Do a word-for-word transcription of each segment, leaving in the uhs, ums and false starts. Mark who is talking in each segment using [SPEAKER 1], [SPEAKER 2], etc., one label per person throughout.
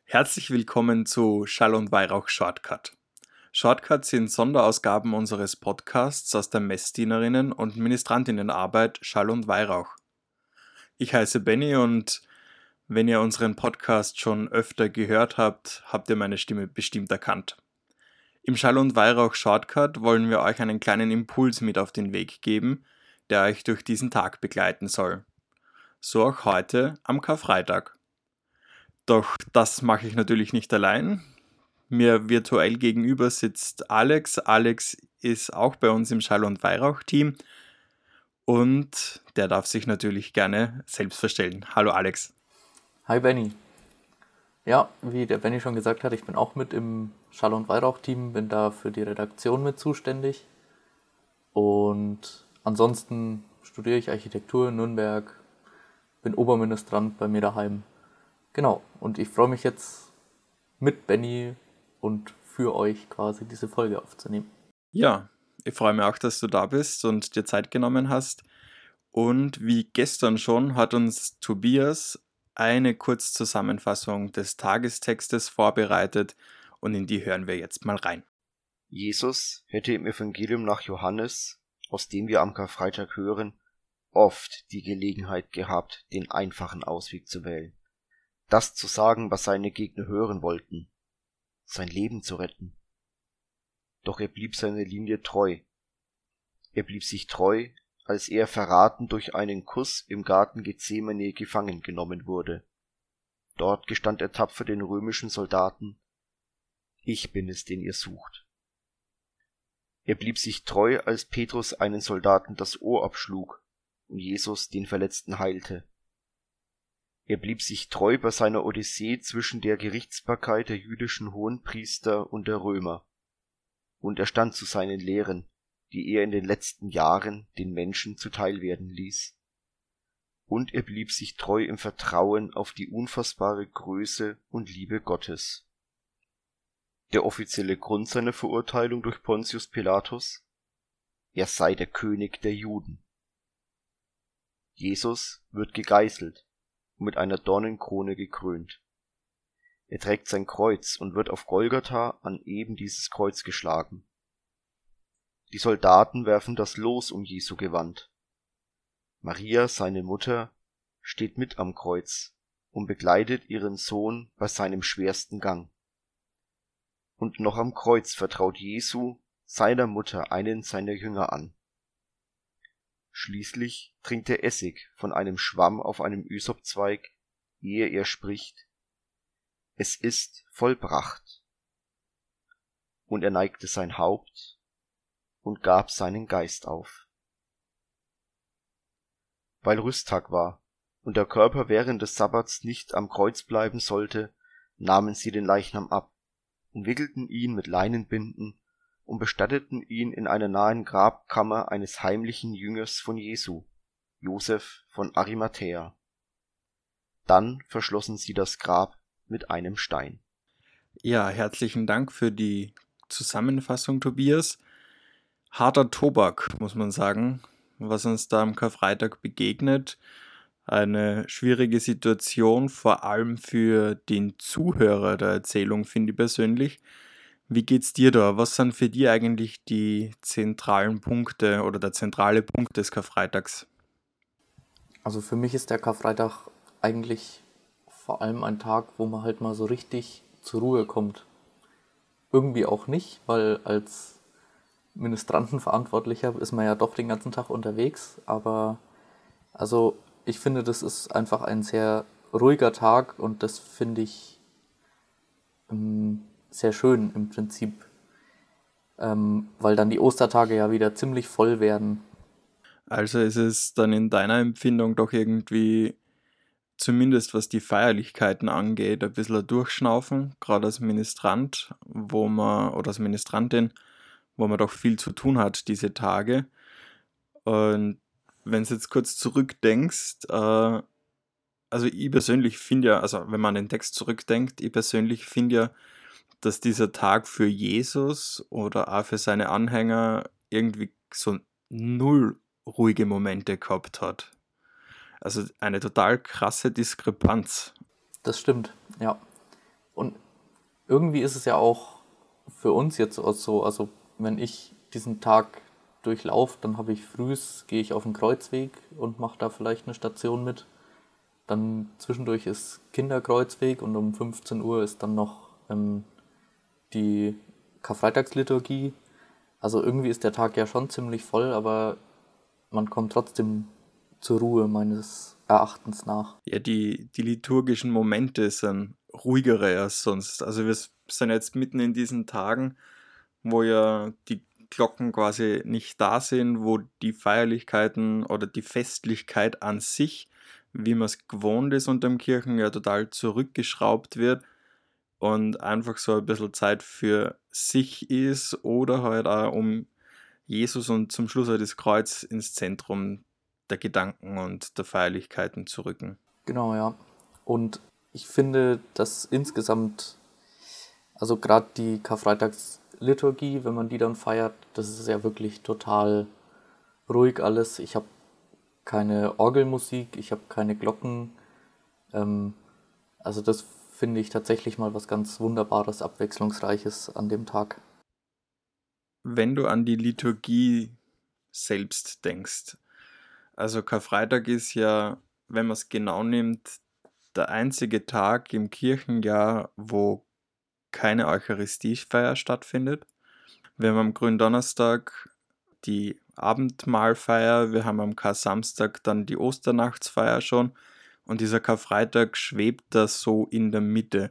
[SPEAKER 1] Herzlich willkommen zu Schall und Weihrauch Shortcut. Shortcut sind Sonderausgaben unseres Podcasts aus der Messdienerinnen- und Ministrantinnenarbeit Schall und Weihrauch. Ich heiße Benny und wenn ihr unseren Podcast schon öfter gehört habt, habt ihr meine Stimme bestimmt erkannt. Im Schall und Weihrauch Shortcut wollen wir euch einen kleinen Impuls mit auf den Weg geben, der euch durch diesen Tag begleiten soll. So auch heute am Karfreitag. Doch das mache ich natürlich nicht allein. Mir virtuell gegenüber sitzt Alex. Alex ist auch bei uns im Schall- und Weihrauch-Team und der darf sich natürlich gerne selbst vorstellen. Hallo Alex.
[SPEAKER 2] Hi Benny. Ja, wie der Benny schon gesagt hat, ich bin auch mit im Schall- und Weihrauch-Team, bin da für die Redaktion mit zuständig. Und ansonsten studiere ich Architektur in Nürnberg, bin Oberministrant bei mir daheim. Genau, und ich freue mich jetzt mit Benny und für euch quasi diese Folge aufzunehmen.
[SPEAKER 1] Ja, ich freue mich auch, dass du da bist und dir Zeit genommen hast. Und wie gestern schon hat uns Tobias eine Kurzzusammenfassung des Tagestextes vorbereitet und in die hören wir jetzt mal rein.
[SPEAKER 3] Jesus hätte im Evangelium nach Johannes, aus dem wir am Karfreitag hören, oft die Gelegenheit gehabt, den einfachen Ausweg zu wählen. Das zu sagen, was seine Gegner hören wollten, sein Leben zu retten. Doch er blieb seiner Linie treu. Er blieb sich treu, als er verraten durch einen Kuss im Garten Gethsemane gefangen genommen wurde. Dort gestand er tapfer den römischen Soldaten: Ich bin es, den ihr sucht. Er blieb sich treu, als Petrus einen Soldaten das Ohr abschlug und Jesus den Verletzten heilte. Er blieb sich treu bei seiner Odyssee zwischen der Gerichtsbarkeit der jüdischen Hohenpriester und der Römer. Und er stand zu seinen Lehren, die er in den letzten Jahren den Menschen zuteil werden ließ. Und er blieb sich treu im Vertrauen auf die unfassbare Größe und Liebe Gottes. Der offizielle Grund seiner Verurteilung durch Pontius Pilatus: Er sei der König der Juden. Jesus wird gegeißelt und mit einer Dornenkrone gekrönt. Er trägt sein Kreuz und wird auf Golgatha an eben dieses Kreuz geschlagen. Die Soldaten werfen das Los um Jesu Gewand. Maria, seine Mutter, steht mit am Kreuz und begleitet ihren Sohn bei seinem schwersten Gang. Und noch am Kreuz vertraut Jesu seiner Mutter einen seiner Jünger an. Schließlich trinkt er Essig von einem Schwamm auf einem Ysopzweig, ehe er spricht: Es ist vollbracht. Und er neigte sein Haupt und gab seinen Geist auf. Weil Rüsttag war und der Körper während des Sabbats nicht am Kreuz bleiben sollte, nahmen sie den Leichnam ab, umwickelten ihn mit Leinenbinden und bestatteten ihn in einer nahen Grabkammer eines heimlichen Jüngers von Jesu, Josef von Arimathäa. Dann verschlossen sie das Grab mit einem Stein.
[SPEAKER 1] Ja, herzlichen Dank für die Zusammenfassung, Tobias. Harter Tobak, muss man sagen, was uns da am Karfreitag begegnet. Eine schwierige Situation, vor allem für den Zuhörer der Erzählung, finde ich persönlich. Wie geht's dir da? Was sind für dich eigentlich die zentralen Punkte oder der zentrale Punkt des Karfreitags?
[SPEAKER 2] Also für mich ist der Karfreitag eigentlich vor allem ein Tag, wo man halt mal so richtig zur Ruhe kommt. Irgendwie auch nicht, weil als Ministrantenverantwortlicher ist man ja doch den ganzen Tag unterwegs, aber also ich finde, das ist einfach ein sehr ruhiger Tag und das finde ich ähm, sehr schön im Prinzip, ähm, weil dann die Ostertage ja wieder ziemlich voll werden.
[SPEAKER 1] Also ist es dann in deiner Empfindung doch irgendwie, zumindest was die Feierlichkeiten angeht, ein bisschen ein Durchschnaufen, gerade als Ministrant, wo man, oder als Ministrantin, wo man doch viel zu tun hat diese Tage. Und wenn du jetzt kurz zurückdenkst, äh, also ich persönlich finde ja, also wenn man an den Text zurückdenkt, ich persönlich finde ja, dass dieser Tag für Jesus oder auch für seine Anhänger irgendwie so null ruhige Momente gehabt hat. Also eine total krasse Diskrepanz.
[SPEAKER 2] Das stimmt, ja. Und irgendwie ist es ja auch für uns jetzt auch so, also wenn ich diesen Tag durchlaufe, dann habe ich frühs, gehe ich auf den Kreuzweg und mache da vielleicht eine Station mit. Dann zwischendurch ist Kinderkreuzweg und um fünfzehn Uhr ist dann noch ähm, die Karfreitagsliturgie. Also irgendwie ist der Tag ja schon ziemlich voll, aber man kommt trotzdem zur Ruhe meines Erachtens nach.
[SPEAKER 1] Ja, die, die liturgischen Momente sind ruhigere als sonst. Also wir sind jetzt mitten in diesen Tagen, wo ja die Glocken quasi nicht da sind, wo die Feierlichkeiten oder die Festlichkeit an sich, wie man es gewohnt ist unter dem Kirchen, ja total zurückgeschraubt wird und einfach so ein bisschen Zeit für sich ist oder halt auch um Jesus und zum Schluss halt das Kreuz ins Zentrum der Gedanken und der Feierlichkeiten zu rücken.
[SPEAKER 2] Genau, ja. Und ich finde, dass insgesamt, also gerade die Karfreitagsliturgie, wenn man die dann feiert, das ist ja wirklich total ruhig alles. Ich habe keine Orgelmusik, ich habe keine Glocken. Ähm, also das finde ich tatsächlich mal was ganz Wunderbares, Abwechslungsreiches an dem Tag.
[SPEAKER 1] Wenn du an die Liturgie selbst denkst, also Karfreitag ist ja, wenn man es genau nimmt, der einzige Tag im Kirchenjahr, wo keine Eucharistiefeier stattfindet. Wir haben am Gründonnerstag die Abendmahlfeier, wir haben am Kar-Samstag dann die Osternachtsfeier schon und dieser Karfreitag schwebt da so in der Mitte.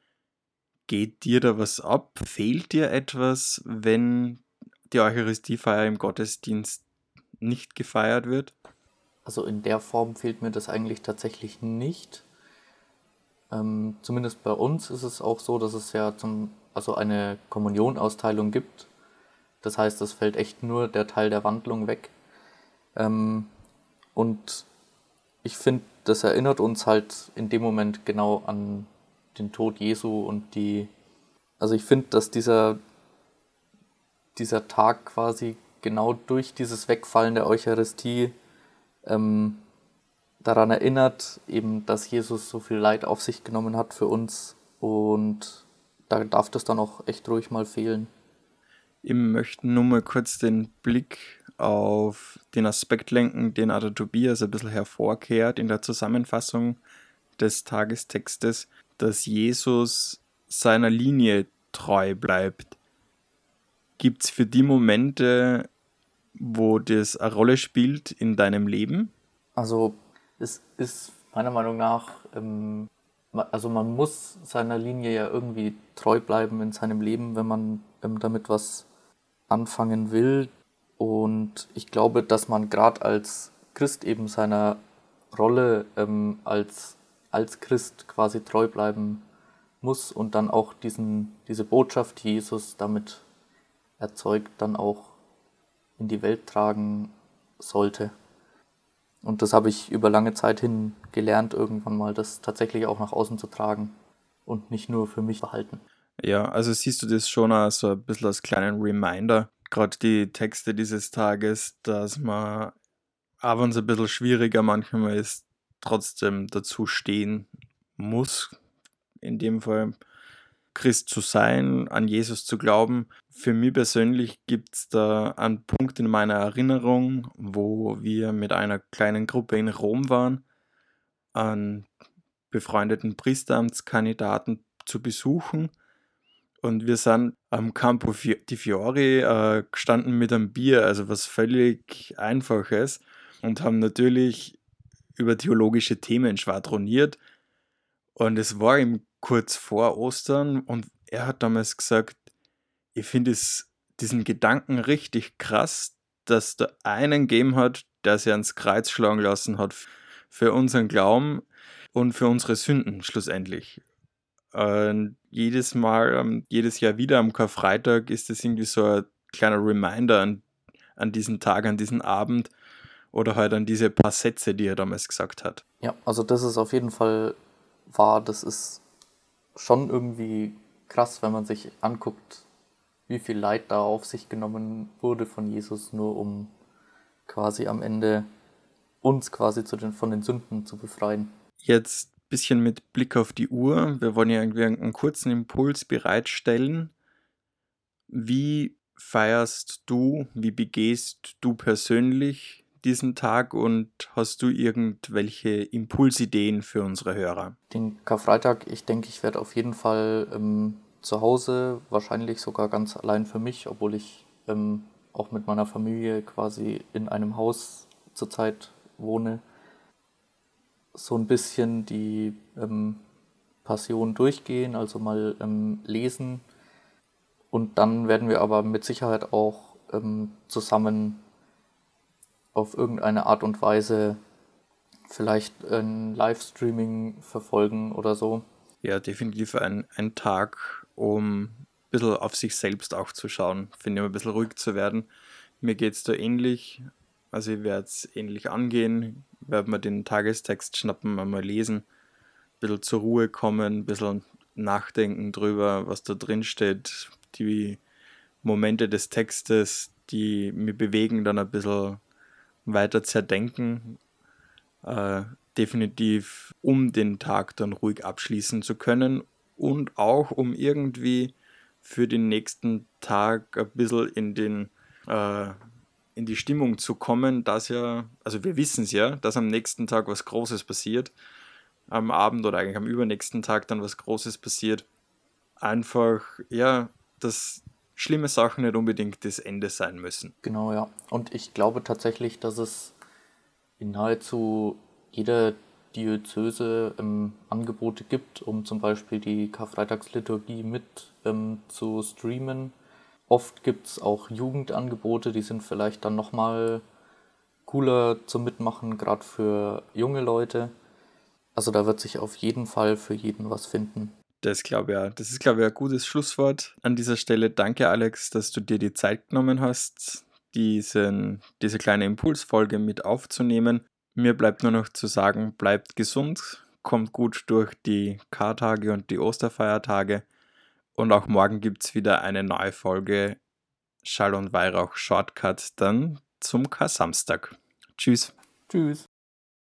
[SPEAKER 1] Geht dir da was ab? Fehlt dir etwas, wenn die Eucharistiefeier im Gottesdienst nicht gefeiert wird?
[SPEAKER 2] Also in der Form fehlt mir das eigentlich tatsächlich nicht. Ähm, zumindest bei uns ist es auch so, dass es ja zum, also eine Kommunionausteilung gibt. Das heißt, es fällt echt nur der Teil der Wandlung weg. Ähm, und ich finde, das erinnert uns halt in dem Moment genau an den Tod Jesu und die, also ich finde, dass dieser, dieser Tag quasi genau durch dieses Wegfallen der Eucharistie ähm, daran erinnert, eben, dass Jesus so viel Leid auf sich genommen hat für uns und da darf das dann auch echt ruhig mal fehlen.
[SPEAKER 1] Ich möchte nur mal kurz den Blick auf den Aspekt lenken, den auch der Tobias ein bisschen hervorkehrt in der Zusammenfassung des Tagestextes, dass Jesus seiner Linie treu bleibt. Gibt es für die Momente, wo das eine Rolle spielt in deinem Leben?
[SPEAKER 2] Also es ist meiner Meinung nach, ähm, ma- also man muss seiner Linie ja irgendwie treu bleiben in seinem Leben, wenn man ähm, damit was anfangen will. Und ich glaube, dass man gerade als Christ eben seiner Rolle ähm, als, als Christ quasi treu bleiben muss und dann auch diesen, diese Botschaft, die Jesus damit erzeugt, dann auch in die Welt tragen sollte. Und das habe ich über lange Zeit hin gelernt, irgendwann mal das tatsächlich auch nach außen zu tragen und nicht nur für mich behalten.
[SPEAKER 1] Ja, also siehst du das schon auch so ein bisschen als kleinen Reminder, gerade die Texte dieses Tages, dass man, auch wenn es ein bisschen schwieriger manchmal ist, trotzdem dazu stehen muss, in dem Fall Christ zu sein, an Jesus zu glauben. Für mich persönlich gibt es da einen Punkt in meiner Erinnerung, wo wir mit einer kleinen Gruppe in Rom waren, einen befreundeten Priesteramtskandidaten zu besuchen. Und wir sind am Campo Fi- di Fiori äh, gestanden mit einem Bier, also was völlig Einfaches, und haben natürlich über theologische Themen schwadroniert. Und es war ihm kurz vor Ostern und er hat damals gesagt, ich finde es diesen Gedanken richtig krass, dass da einen gegeben hat, der sich ans Kreuz schlagen lassen hat für unseren Glauben und für unsere Sünden schlussendlich. Und jedes Mal, ähm, jedes Jahr wieder am Karfreitag ist das irgendwie so ein kleiner Reminder an, an diesen Tag, an diesen Abend oder halt an diese paar Sätze, die er damals gesagt hat.
[SPEAKER 2] Ja, also das ist auf jeden Fall wahr. Das ist schon irgendwie krass, wenn man sich anguckt, wie viel Leid da auf sich genommen wurde von Jesus, nur um quasi am Ende uns quasi zu den, von den Sünden zu befreien.
[SPEAKER 1] Jetzt bisschen mit Blick auf die Uhr. Wir wollen ja irgendwie einen kurzen Impuls bereitstellen. Wie feierst du, wie begehst du persönlich diesen Tag und hast du irgendwelche Impulsideen für unsere Hörer?
[SPEAKER 2] Den Karfreitag, ich denke, ich werde auf jeden Fall ähm, zu Hause, wahrscheinlich sogar ganz allein für mich, obwohl ich ähm, auch mit meiner Familie quasi in einem Haus zurzeit wohne, so ein bisschen die ähm, Passion durchgehen, also mal ähm, lesen. Und dann werden wir aber mit Sicherheit auch ähm, zusammen auf irgendeine Art und Weise vielleicht ein Livestreaming verfolgen oder so.
[SPEAKER 1] Ja, definitiv ein, ein Tag, um ein bisschen auf sich selbst auch zu schauen, finde ich, ein bisschen ruhig zu werden. Mir geht es da ähnlich, also ich werde es ähnlich angehen, werde mir den Tagestext schnappen, einmal lesen, ein bisschen zur Ruhe kommen, ein bisschen nachdenken drüber, was da drin steht, die Momente des Textes, die mich bewegen, dann ein bisschen weiter zerdenken, äh, definitiv um den Tag dann ruhig abschließen zu können und auch um irgendwie für den nächsten Tag ein bisschen in den äh, in die Stimmung zu kommen, dass ja, also wir wissen es ja, dass am nächsten Tag was Großes passiert, am Abend oder eigentlich am übernächsten Tag dann was Großes passiert. Einfach, ja, dass schlimme Sachen nicht unbedingt das Ende sein müssen.
[SPEAKER 2] Genau, ja. Und ich glaube tatsächlich, dass es in nahezu jeder Diözese ähm, Angebote gibt, um zum Beispiel die Karfreitagsliturgie mit ähm, zu streamen. Oft gibt es auch Jugendangebote, die sind vielleicht dann nochmal cooler zum Mitmachen, gerade für junge Leute. Also da wird sich auf jeden Fall für jeden was finden.
[SPEAKER 1] Das, glaube ich, das ist, glaube ich, ein gutes Schlusswort an dieser Stelle. Danke, Alex, dass du dir die Zeit genommen hast, diesen, diese kleine Impulsfolge mit aufzunehmen. Mir bleibt nur noch zu sagen, bleibt gesund, kommt gut durch die Kartage und die Osterfeiertage. Und auch morgen gibt es wieder eine neue Folge Schall und Weihrauch Shortcut dann zum Kar-Samstag. Tschüss.
[SPEAKER 2] Tschüss.